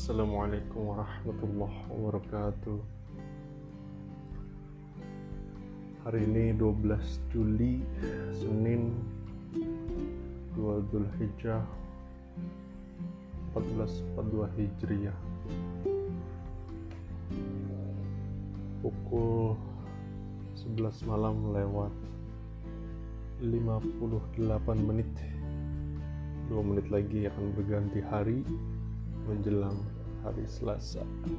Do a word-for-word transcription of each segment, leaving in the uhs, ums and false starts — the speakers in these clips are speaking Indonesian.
Assalamualaikum warahmatullahi wabarakatuh. Hari ini dua belas Juli, Senin, dua Dzulhijjah empat belas empat puluh dua Hijriah. Pukul sebelas malam lewat lima puluh delapan menit. Dua menit lagi akan berganti hari menjelang hari Selasa.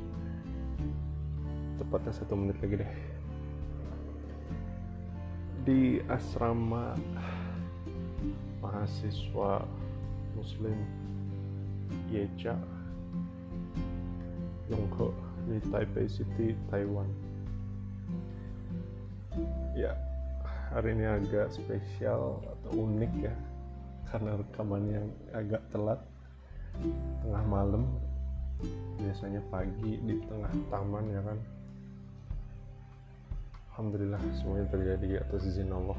Tepatnya satu menit lagi deh. Di asrama mahasiswa Muslim Yecha Yonghe di Taipei City, Taiwan. Ya, hari ini agak spesial atau unik ya, karena rekamannya agak telat, tengah malam. Biasanya pagi di tengah taman ya kan. Alhamdulillah semuanya terjadi atas izin Allah.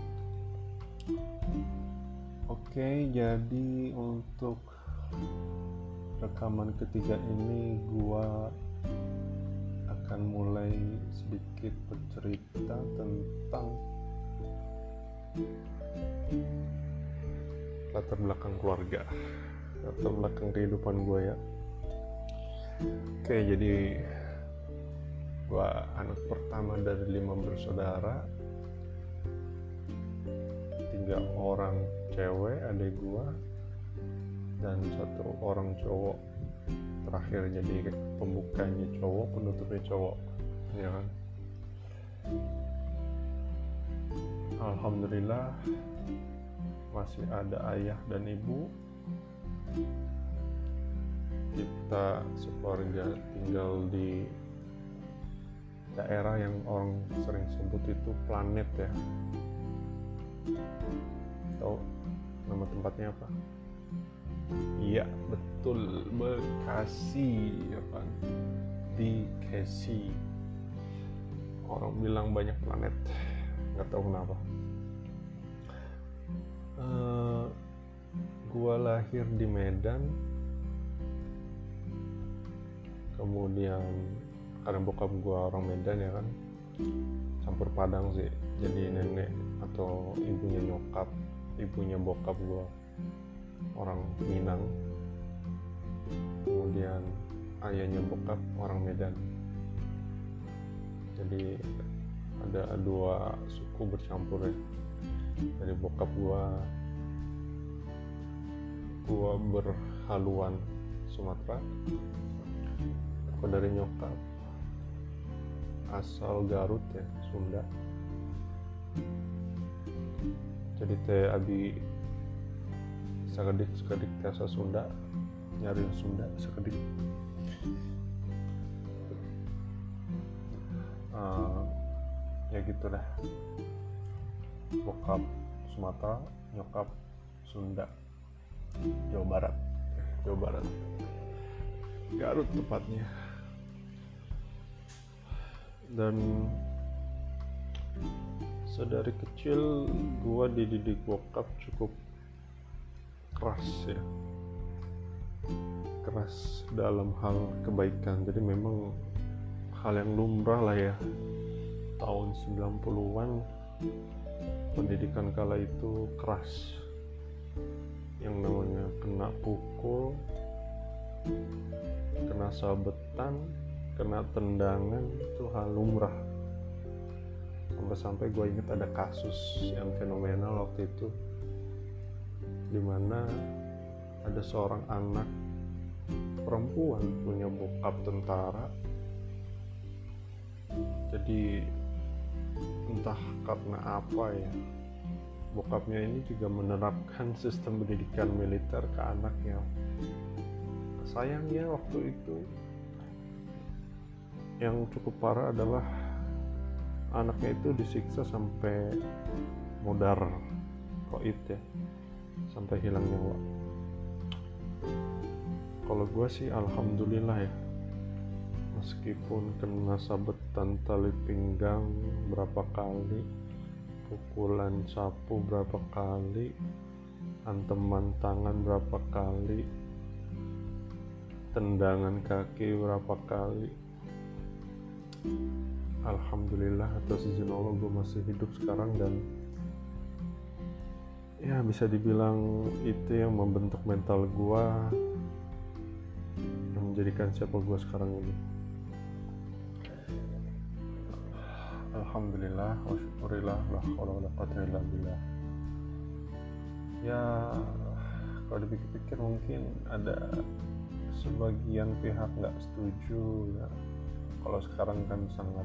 Oke, jadi untuk rekaman ketiga ini gua akan mulai sedikit bercerita tentang latar belakang keluarga, latar belakang kehidupan gue ya. Oke, jadi gue anak pertama dari lima bersaudara, tiga orang cewek adik gue dan satu orang cowok. Terakhir jadi pembukanya cowok, penutupnya cowok, ya kan. Alhamdulillah masih ada ayah dan ibu. Kita sekeluarga tinggal di daerah yang orang sering sebut itu planet ya. Tahu nama tempatnya apa? Iya, betul, Bekasi ya kan. Di Bekasi. Orang bilang banyak planet, nggak tahu kenapa. Uh, gua lahir di Medan, kemudian karena bokap gua orang Medan ya kan, campur Padang sih, jadi nenek atau ibunya nyokap, ibunya bokap gua orang Minang, kemudian ayahnya bokap orang Medan. Jadi ada dua suku bercampur ya. Dari bokap gua gua berhaluan Sumatera, gua dari nyokap asal Garut ya, Sunda. Jadi teh abi sakedik sakedik teh Sunda, nyari Sunda sakedik. Uh, ya gitu dah. Bokap Sumatera, nyokap Sunda, Jawa Barat, Jawa Barat, Garut tepatnya. Dan sedari kecil gua dididik bokap cukup keras ya, keras dalam hal kebaikan. Jadi memang hal yang lumrah lah ya. Tahun sembilan puluhan pendidikan kala itu keras, yang namanya kena pukul, kena sabetan, kena tendangan, itu hal lumrah. Sampai-sampai gue inget ada kasus yang fenomenal waktu itu, dimana ada seorang anak perempuan punya bokap tentara. Jadi entah karena apa ya, bokapnya ini juga menerapkan sistem pendidikan militer ke anaknya. Sayangnya waktu itu yang cukup parah adalah anaknya itu disiksa sampai mudar goib ya, sampai hilang nyawa. Kalau gue sih alhamdulillah ya, meskipun kena sabetan tali pinggang berapa kali, pukulan sapu berapa kali, hantaman tangan berapa kali, tendangan kaki berapa kali. Alhamdulillah atas izin Allah gue masih hidup sekarang, dan ya bisa dibilang itu yang membentuk mental gue, yang menjadikan siapa gue sekarang ini. Alhamdulillah wa syukurillah, la haula wala quwwata illa billah. Ya kalau dipikir-pikir mungkin ada sebagian pihak nggak setuju ya, kalau sekarang kan sangat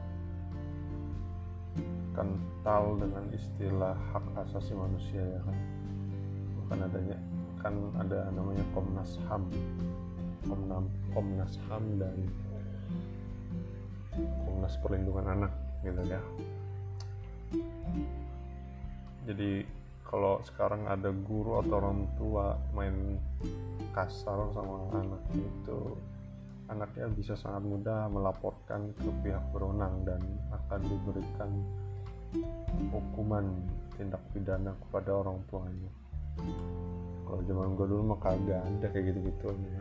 kental dengan istilah hak asasi manusia ya kan. Bukan adanya, kan ada namanya Komnas H A M, Komnas, Komnas H A M dan Komnas Perlindungan Anak gitu ya. Jadi kalau sekarang ada guru atau orang tua main kasar sama anak itu, anaknya bisa sangat mudah melaporkan ke pihak berwenang dan akan diberikan hukuman tindak pidana kepada orang tuanya. Kalau zaman gue dulu mah kagak ada kayak gitu-gitu ya.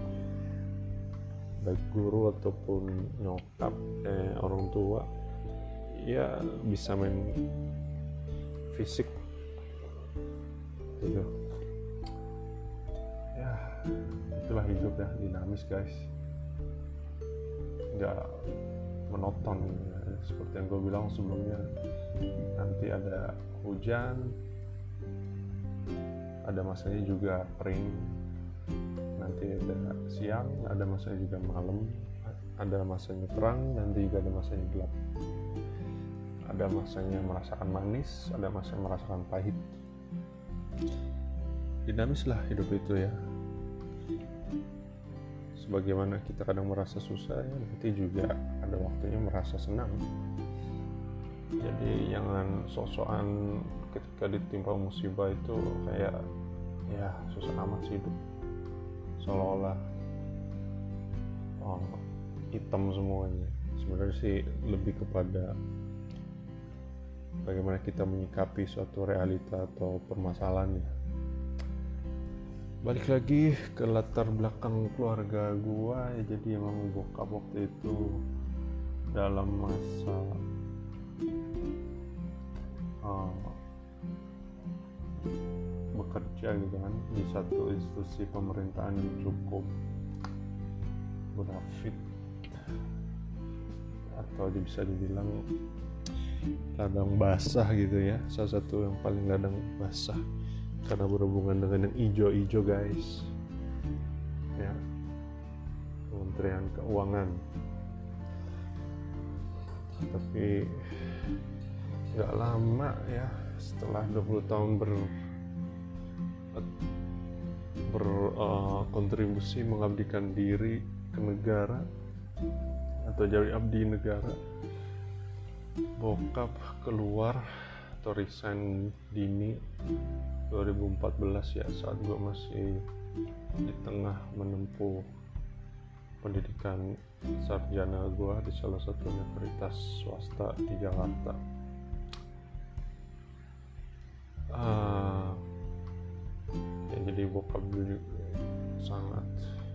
Baik guru ataupun nyokap eh, orang tua ya bisa main fisik gitu. Ya itulah hidup ya, dinamis guys, nggak monoton ya. Seperti yang gue bilang sebelumnya, nanti ada hujan, ada masanya juga kering, nanti ada siang, ada masanya juga malam, ada masanya terang, nanti juga ada masanya gelap, ada masanya merasakan manis, ada masanya merasakan pahit. Dinamis lah hidup itu ya. Sebagaimana kita kadang merasa susah ya, nanti juga ada waktunya merasa senang. Jadi jangan sok-sokan ketika ditimpa musibah itu kayak ya susah amat sih hidup, seolah-olah oh, hitam semuanya. Sebenarnya sih lebih kepada bagaimana kita menyikapi suatu realita atau permasalahan ya. Balik lagi ke latar belakang keluarga gua ya, jadi emang bokap waktu itu dalam masa uh, bekerja gitu kan di satu institusi pemerintahan yang cukup munafik, atau bisa dibilang ladang basah gitu ya, salah satu yang paling ladang basah karena berhubungan dengan yang ijo-ijo guys ya, Kementerian Keuangan. Tapi nggak lama ya, setelah dua puluh tahun ber berkontribusi uh, mengabdikan diri ke negara atau jadi abdi negara, bokap keluar atau resign dini dua ribu empat belas ya, saat gue masih di tengah menempuh pendidikan sarjana gue di salah satu universitas swasta di Jakarta. Uh, ya jadi bokap gue sangat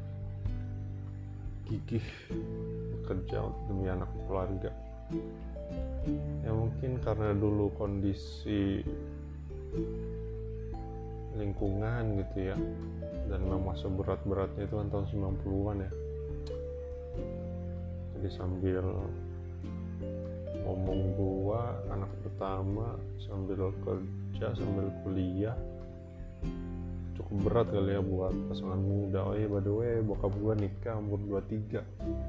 gigih bekerja demi anak keluarga. Ya mungkin karena dulu kondisi lingkungan gitu ya, dan memang masa berat-beratnya itu kan tahun sembilan puluhan ya. Jadi sambil ngomong gua anak pertama sambil kerja sambil kuliah cukup berat kali ya buat pasangan muda. Oh iya by the way, bokap gua nikah umur dua puluh tiga,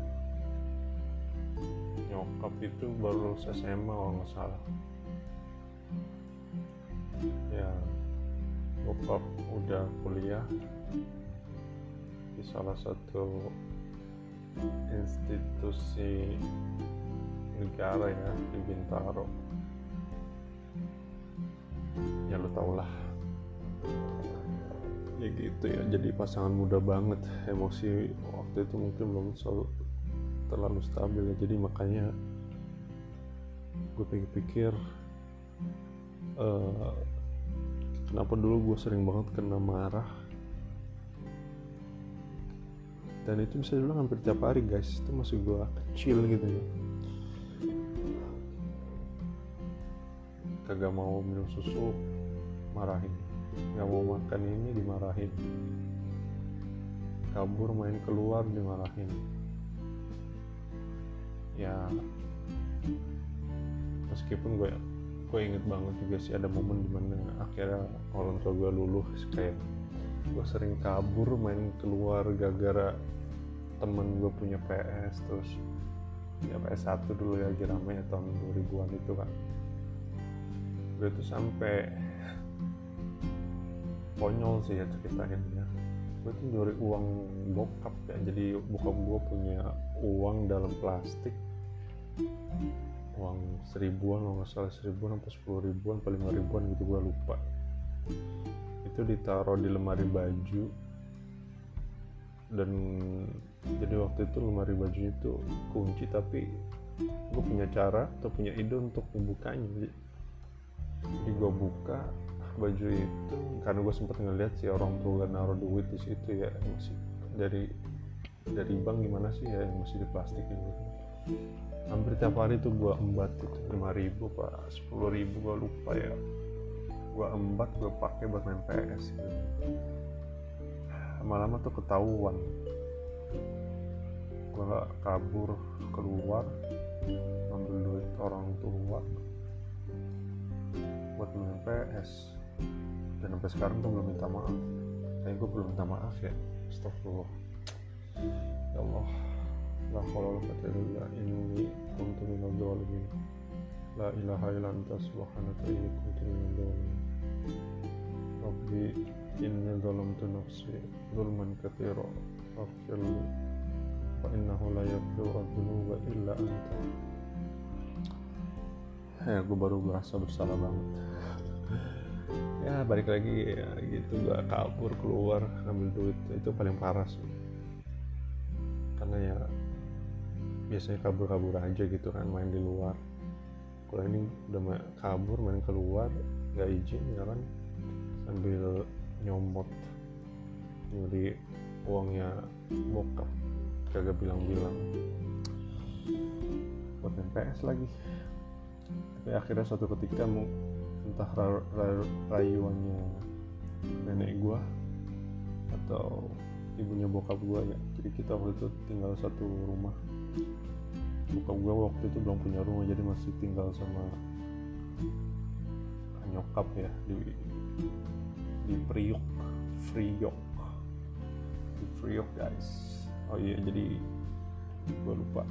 nyokap itu baru lulus S M A kalau nggak salah ya. Bokap udah kuliah di salah satu institusi negara ya di Bintaro ya, lo tau lah ya gitu ya. Jadi pasangan muda banget, emosi waktu itu mungkin belum selalu terlalu stabil ya. Jadi makanya gue pikir-pikir uh, kenapa dulu gue sering banget kena marah dan itu bisa dibilang hampir tiap hari guys. Itu masih gue kecil gitu ya, kagak mau minum susu marahin, nggak mau makan ini dimarahin, kabur main keluar dimarahin. Ya meskipun gue gue inget banget juga sih ada momen dimana akhirnya orang tua gue luluh, kayak gue sering kabur main keluar gara-gara temen gue punya P S. Terus ya P S satu dulu ya, lagi rame ya tahun dua ribuan itu kan. Gue tuh sampai konyol sih ya ceritanya ya. Gue tuh nyuri uang bokap ya, jadi bokap gue punya uang dalam plastik, uang seribuan kalau nggak salah, seribuan atau sepuluh ribuan atau lima ribuan gitu, gue lupa. Itu ditaruh di lemari baju, dan jadi waktu itu lemari bajunya itu kunci, tapi gue punya cara atau punya ide untuk membukanya. Jadi gue buka baju itu karena gue sempat ngeliat sih orang tua naruh duit di situ ya, masih dari dari bank gimana sih ya, yang masih di plastik gitu. Hampir tiap hari tuh gue embat itu lima ribu pak, sepuluh ribu gue lupa ya, gue embat gue pakai buat main P S gitu. Lama-lama tuh ketahuan, gue kabur keluar ngambil duit orang tua buat main P S, dan sampai sekarang gue belum minta maaf. Kayaknya gue belum minta maaf ya, astagfirullah ya Allah. La haula wala quwwata illa billah, inni kuntu minadh dhalimin. La ilaha illa anta subhanaka inni kuntu minadh dhalimin. Rabbi inni zalamtu nafsi zulman katsira faghfir li fa innahu la yaghfiru dzunuba illa anta. Ya gue baru merasa bersalah banget. Ya balik lagi ya gitu, gue kabur keluar ngambil duit, itu paling parah sih. Karena ya biasanya kabur-kabur aja gitu kan, main di luar. Kalau ini udah ma- kabur main keluar nggak izin ya kan, sambil nyomot nyuri uangnya bokap, kagak bilang-bilang, buat main P S lagi. Tapi akhirnya suatu ketika mau entah ra- ra- rayuannya nenek gua atau ibunya bokap gua ya, jadi kita waktu itu tinggal satu rumah. Bokap gua waktu itu belum punya rumah, jadi masih tinggal sama nyokap ya di di Priok, Priok, di Priok guys. Oh iya, jadi gua lupa.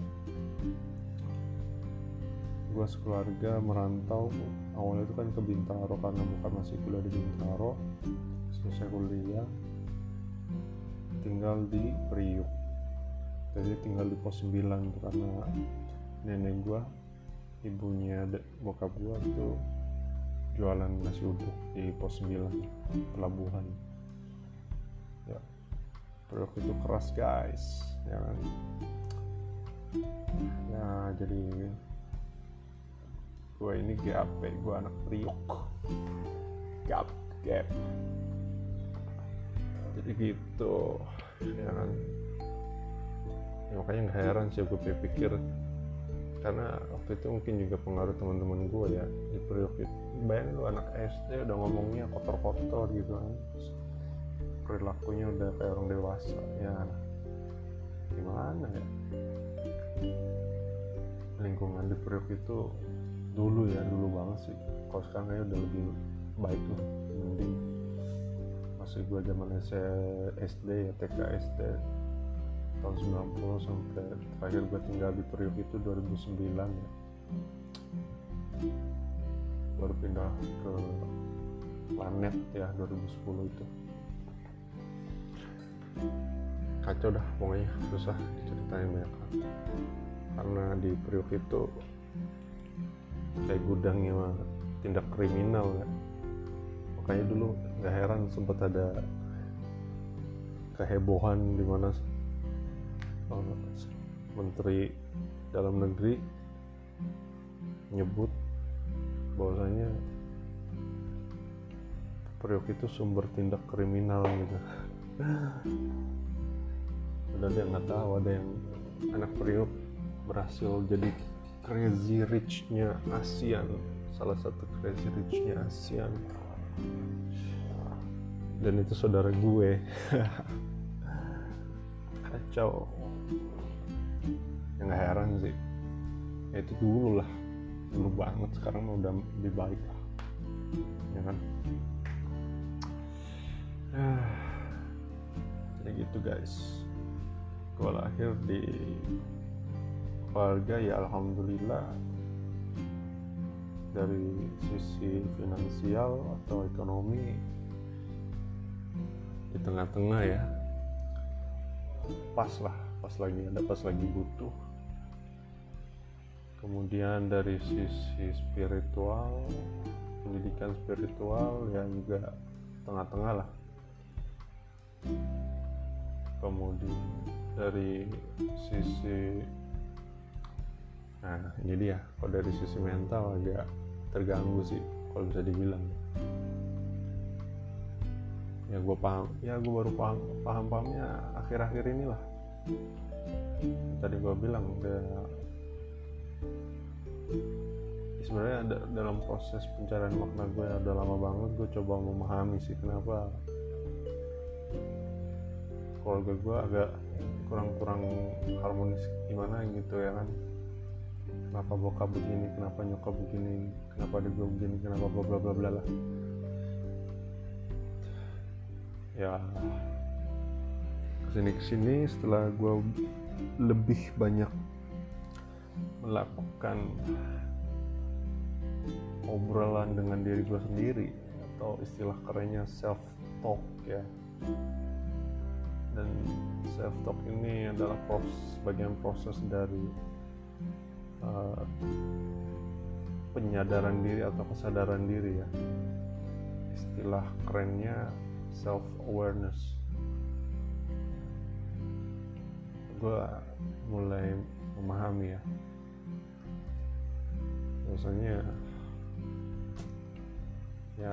Gua sekeluarga merantau awalnya itu kan ke Bintaro karena bukan masih kuliah di Bintaro. Selesai kuliah tinggal di Priuk, jadi tinggal di pos sembilan tuh, karena nenek gua, ibunya bokap gua itu jualan nasi uduk di pos sembilan pelabuhan ya. Priuk itu keras guys ya kan. Ya jadi gue ini G A P, gue anak Priok, gap gap, jadi gitu ya kan. Ya, makanya nggak heran sih gue pikir, karena waktu itu mungkin juga pengaruh teman-teman gue ya di Priok itu. Bayangin lu anak S D udah ngomongnya kotor-kotor gitu kan, perilakunya udah kayak orang dewasa ya, gimana ya. Lingkungan di Priok itu dulu ya, dulu banget sih. Kalau sekarang kayaknya udah lebih baik lah, mending. Masih gue zaman S D ya, T K S D tahun sembilan puluh sampai terakhir gue tinggal di Priok itu dua ribu sembilan ya, baru pindah ke Planet ya dua ribu sepuluh itu. Kacau dah pokoknya, susah diceritain banyak kan. Karena di Priok itu kayak gudangnya tindak kriminal ya. Makanya dulu gak heran sempat ada kehebohan di mana uh, Menteri Dalam Negeri nyebut bahwasanya Priok itu sumber tindak kriminal gitu. Ada yang nggak tahu, ada yang anak Priok berhasil jadi crazy rich-nya ASEAN, salah satu crazy rich-nya ASEAN, dan itu saudara gue. Kacau. Ya nggak heran sih, ya itu dulu lah, dulu banget. Sekarang udah lebih baik lah, ya kan. Jadi gitu guys, gue lahir di keluarga ya alhamdulillah dari sisi finansial atau ekonomi di tengah-tengah ya, pas lah, pas lagi ada, pas lagi butuh. Kemudian dari sisi spiritual, pendidikan spiritual ya juga tengah-tengah lah. Kemudian dari sisi, nah ini dia, kalau dari sisi mental agak terganggu sih kalau bisa dibilang. Ya gue paham, ya gue baru paham paham pahamnya akhir-akhir inilah. Tadi gue bilang udah, sebenarnya ada dalam proses pencarian makna gue udah lama banget. Gue coba memahami sih kenapa keluarga gue agak kurang-kurang harmonis gimana gitu ya kan. Kenapa bokap begini, kenapa nyokap begini, kenapa adik gue begini, kenapa bla bla bla bla lah. Ya kesini kesini setelah gue lebih banyak melakukan obrolan dengan diri gue sendiri, atau istilah kerennya self talk ya. Dan self talk ini adalah proses, bagian proses dari uh, penyadaran diri atau kesadaran diri ya. Istilah kerennya self awareness. Gue mulai memahami ya, biasanya ya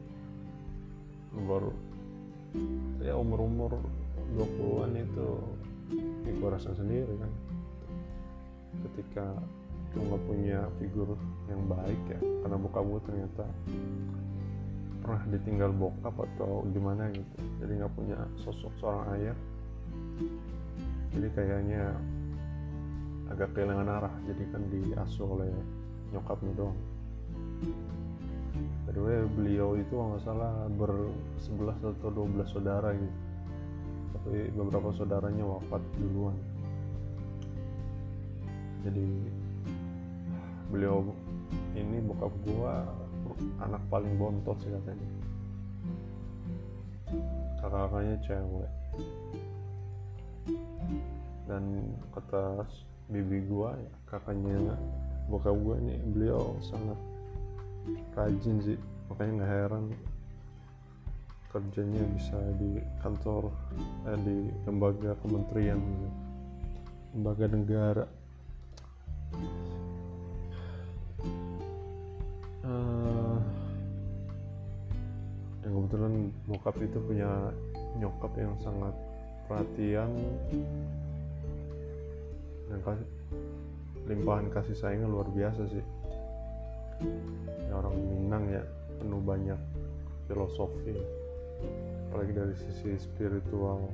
baru ya umur-umur dua puluhan itu ya gue rasa sendiri kan, ketika gue gak punya figur yang baik ya, karena bokap gue ternyata pernah ditinggal bokap atau gimana gitu, jadi gak punya sosok seorang ayah. Jadi kayaknya agak kehilangan arah, jadi kan diasuh oleh nyokapnya doang. By the way, beliau itu kalau nggak salah bersebelas atau dua belas saudara gitu, tapi beberapa saudaranya wafat duluan. Jadi beliau ini bokap gua anak paling bontot sih katanya, kakak-kakaknya cewek. Dan kata bibi gua ya, kakaknya bokap gua ini, beliau sangat rajin sih, makanya nggak heran kerjanya bisa di kantor, eh, di lembaga kementerian, lembaga negara. Uh, yang kebetulan bokap itu punya nyokap yang sangat perhatian dan kasih, limpahan kasih sayangnya luar biasa sih. Ya, orang Minang ya, penuh banyak filosofi, apalagi dari sisi spiritual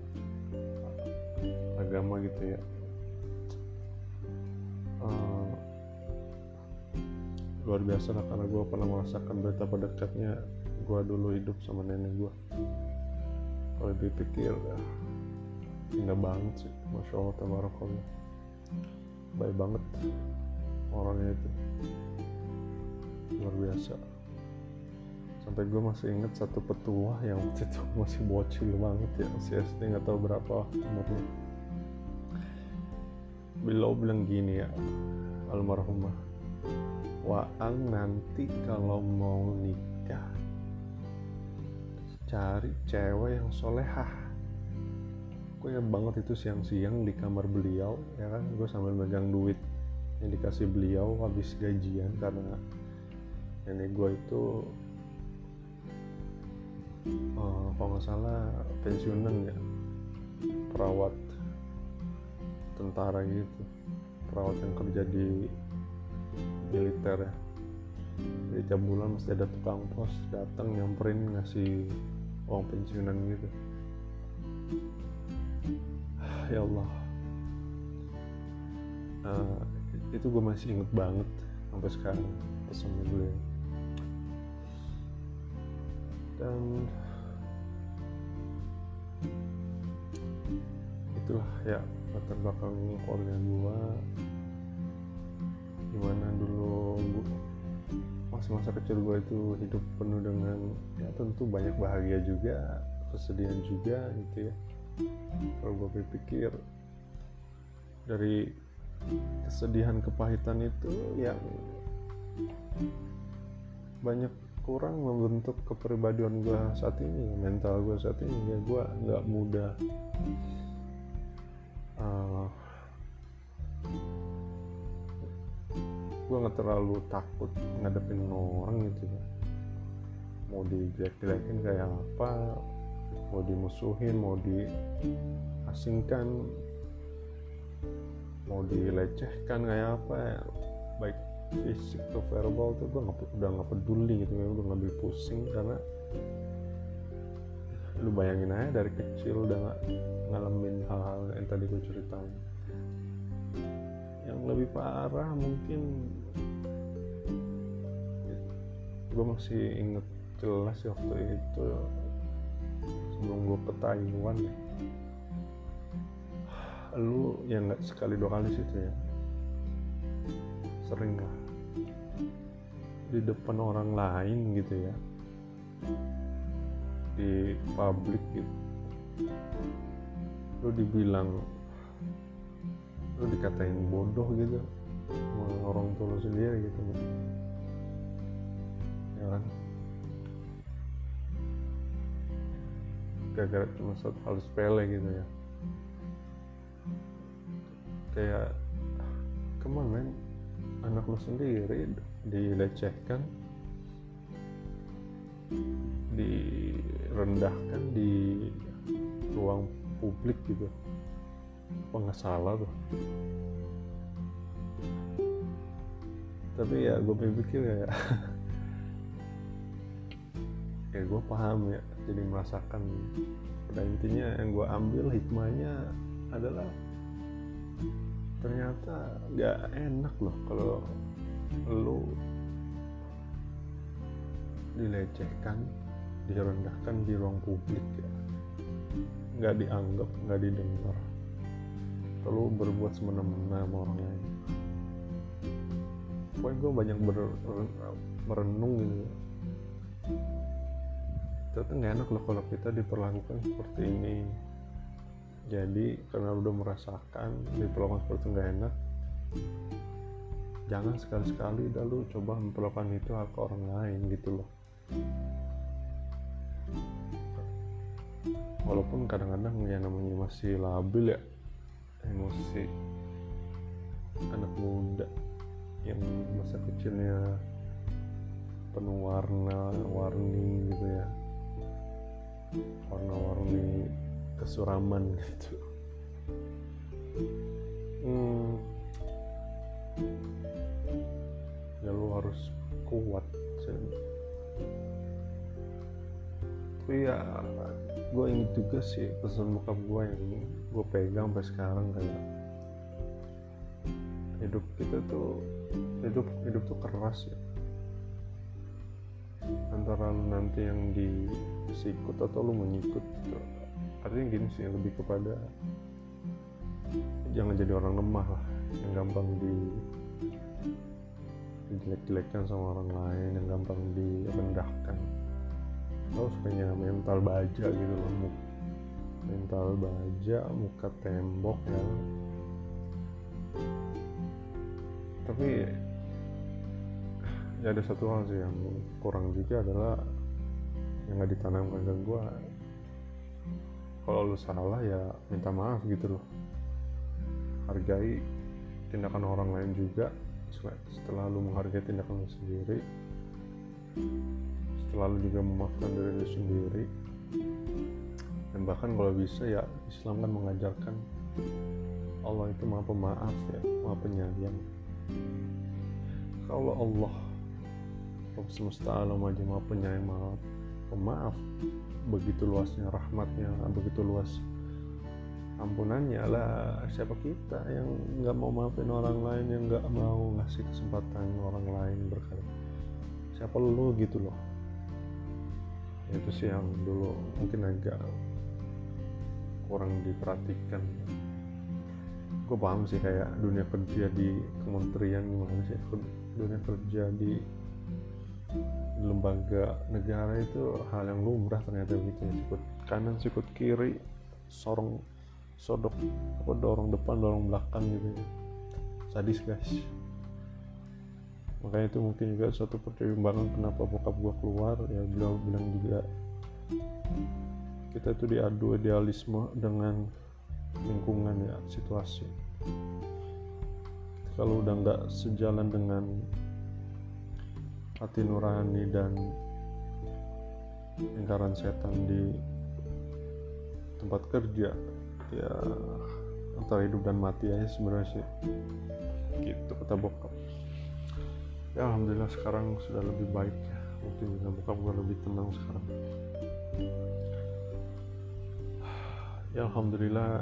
agama gitu ya. Uh, luar biasa lah, karena gue pernah merasakan betapa dekatnya gue dulu hidup sama nenek gue. Kalau dipikir ya, indah banget sih, masya Allah tabarakallah, baik banget orangnya itu, luar biasa. Sampai gue masih inget satu petua yang waktu itu masih bocil banget ya, masih S D nggak tahu berapa umurnya. Beliau bilang gini ya, almarhumah, Waang nanti kalau mau nikah cari cewek yang solehah. Gue ingat banget itu siang-siang di kamar beliau ya kan, gue sambil megang duit yang dikasih beliau habis gajian, karena nenek gue itu uh, kalau nggak salah pensiunan ya, perawat tentara gitu, perawat yang kerja di militer ya. Jadi tiap bulan mesti ada tukang pos datang nyamperin ngasih uang pensiunan gitu. Ya Allah, uh, itu gue masih inget banget sampai sekarang pesannya beliau. Dan itulah ya latar belakang keluarga gue, gimana dulu gue, masa-masa kecil gue itu hidup penuh dengan ya tentu banyak bahagia juga, kesedihan juga gitu ya. Kalau gue pikir dari kesedihan kepahitan itu yang banyak kurang membentuk kepribadian gue saat ini, mental gue saat ini. Ya gue nggak mudah uh, gue nggak terlalu takut ngadepin orang gitu ya. Mau dijelek-jelekin kayak apa, mau dimusuhin, mau diasingkan, mau dilecehkan kayak apa ya, baik fisik atau verbal tuh gue gak, udah nggak peduli gitu ya, udah nggak ambil pusing. Karena lu bayangin aja dari kecil udah gak ngalamin hal-hal yang tadi gue ceritain. Yang lebih parah mungkin gue masih inget jelas waktu itu sebelum gue ke Taiwan ya. Lu yang nggak sekali dua kali situ ya, sering lah di depan orang lain gitu ya, di publik gitu, lu dibilang, lu dikatain bodoh gitu sama orang tua lu sendiri gitu ya kan, gara-gara cuma satu hal sepele gitu ya. Kayak come on man, anak lu sendiri dilecehkan, direndahkan di ruang publik gitu, apa nggak salah tuh. Tapi ya gue pikir ya ya gue paham ya, jadi merasakan. Pada intinya yang gue ambil hikmahnya adalah ternyata nggak enak loh kalau lu dilecehkan, direndahkan di ruang publik ya, nggak dianggap, nggak didengar, terlalu berbuat semena-mena sama orang lain. Pokoknya gue banyak ber- merenung gitu. Ternyata nggak enak loh kalau kita diperlakukan seperti ini. Jadi karena udah merasakan diperlakukan seperti itu nggak enak, jangan sekali-sekali dah lu coba memperlakukan itu ke orang lain gitu loh. Walaupun kadang-kadang ya namanya masih labil ya, emosi anak muda yang masa kecilnya penuh warna-warni gitu ya, warna-warni kesuraman gitu. hmm. Ya lu harus kuat sih. Tapi ya gue inget juga sih pesan bokap gue yang gue pegang sampai sekarang, kayak hidup kita tuh hidup hidup tuh keras ya, antara lu nanti yang disikut atau lu mengikut gitu. Artinya gini sih, lebih kepada jangan jadi orang lemah lah, yang gampang di dijelek-jelekkan sama orang lain, yang gampang direndahkan. Lo harus punya mental baja gitu loh, mental baja, muka tembok ya. Tapi ya ada satu hal sih yang kurang juga, adalah yang gak ditanamkan ke gue. Kalau lu salah ya minta maaf gitu loh, hargai tindakan orang lain juga setelah lu menghargai tindakan lu sendiri, setelah lu juga memaafkan diri lu sendiri. Dan bahkan kalau bisa ya Islam kan mengajarkan Allah itu maha pemaaf ya, maha penyayang. Kalau Allah Rabb semesta alam aja maha penyayang, maha pemaaf, begitu luasnya rahmatnya, begitu luas ampunannya lah, siapa kita yang nggak mau maafin orang lain, yang nggak mau ngasih kesempatan orang lain berkata, siapa lu gitu loh. Itu sih yang dulu mungkin agak kurang diperhatikan. Gue paham sih kayak dunia kerja di kementerian gimana sih, dunia kerja di lembaga negara itu hal yang lumrah ternyata begitu ya, sikut kanan sikut kiri, sorong sodok apa, dorong depan dorong belakang gitu ya. Sadis guys. Makanya itu mungkin juga suatu pertimbangan kenapa bokap gua keluar ya, beliau bilang juga kita itu diadu idealisme dengan lingkungan ya, situasi. Kalau udah nggak sejalan dengan hati nurani dan lingkaran setan di tempat kerja ya, antara hidup dan mati aja sebenarnya sih gitu kata bokap. Ya alhamdulillah sekarang sudah lebih baik ya, mungkin dengan bokap gue lebih tenang sekarang ya alhamdulillah.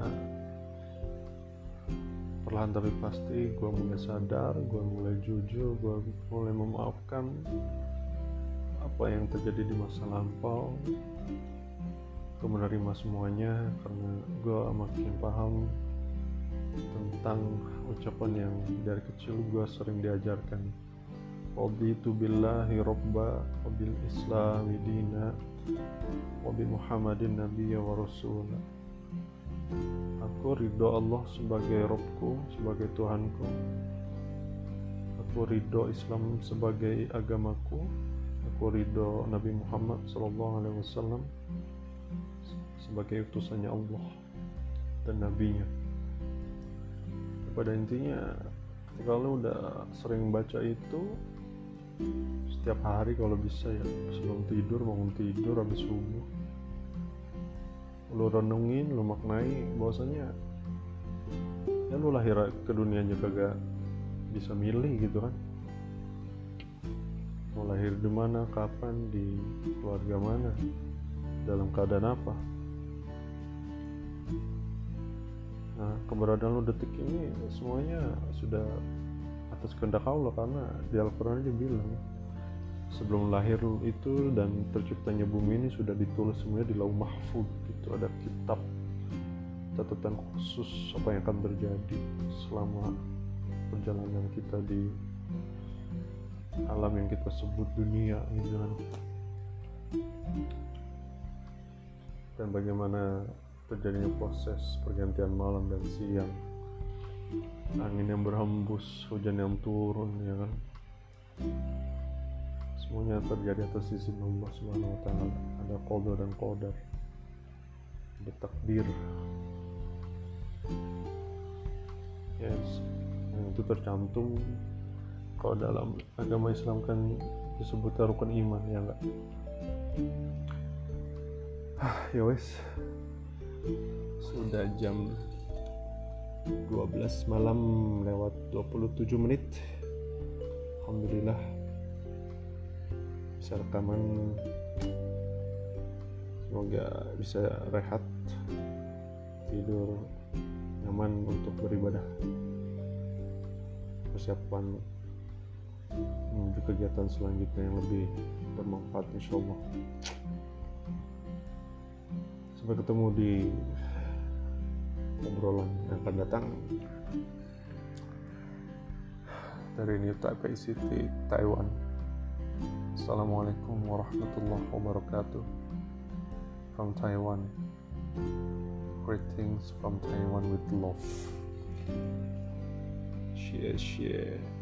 Perlahan tapi pasti gue mulai sadar, gue mulai jujur, gue mulai memaafkan apa yang terjadi di masa lampau. Gue menerima semuanya karena gue makin paham tentang ucapan yang dari kecil gue sering diajarkan, raditu billahi robba wa bil islami dina wa bi muhammadin nabiyya wa rasula. Aku ridho Allah sebagai Robku, sebagai Tuhanku. Aku ridho Islam sebagai agamaku. Aku ridho Nabi Muhammad shallallahu alaihi wasallam sebagai utusannya Allah dan Nabinya. Pada intinya, ketika lo udah sering baca itu setiap hari kalau bisa ya, sebelum tidur, bangun tidur, habis subuh, lo renungin, lo maknai bahwasanya ya lo lahir ke dunia aja kagak bisa milih gitu kan. Mau lahir di mana, kapan, di keluarga mana, dalam keadaan apa. Nah, keberadaan lo detik ini semuanya sudah atas kehendak Allah, karena di Al-Quran dia bilang sebelum lahir itu dan terciptanya bumi ini sudah ditulis semuanya di Lauh Mahfuz. Itu ada kitab catatan khusus apa yang akan terjadi selama perjalanan kita di alam yang kita sebut dunia gitu kan. Dan bagaimana terjadinya proses pergantian malam dan siang, angin yang berhembus, hujan yang turun ya kan, semuanya terjadi atas izin Allah Subhanahu wa taala. Ada qada dan qadar, ada takdir. Yes, yang itu tercantum kalau dalam agama Islam kan disebut rukun iman ya enggak. Ah, ya wes. Sudah jam dua belas malam lewat dua puluh tujuh menit. Alhamdulillah bisa rekaman, semoga bisa rehat, tidur nyaman untuk beribadah, persiapan menuju kegiatan selanjutnya yang lebih bermanfaat insyaallah. Sampai ketemu di obrolan yang akan datang dari New Taipei City, Taiwan. Assalamualaikum warahmatullahi wabarakatuh. From Taiwan. Greetings from Taiwan with love. Share, share.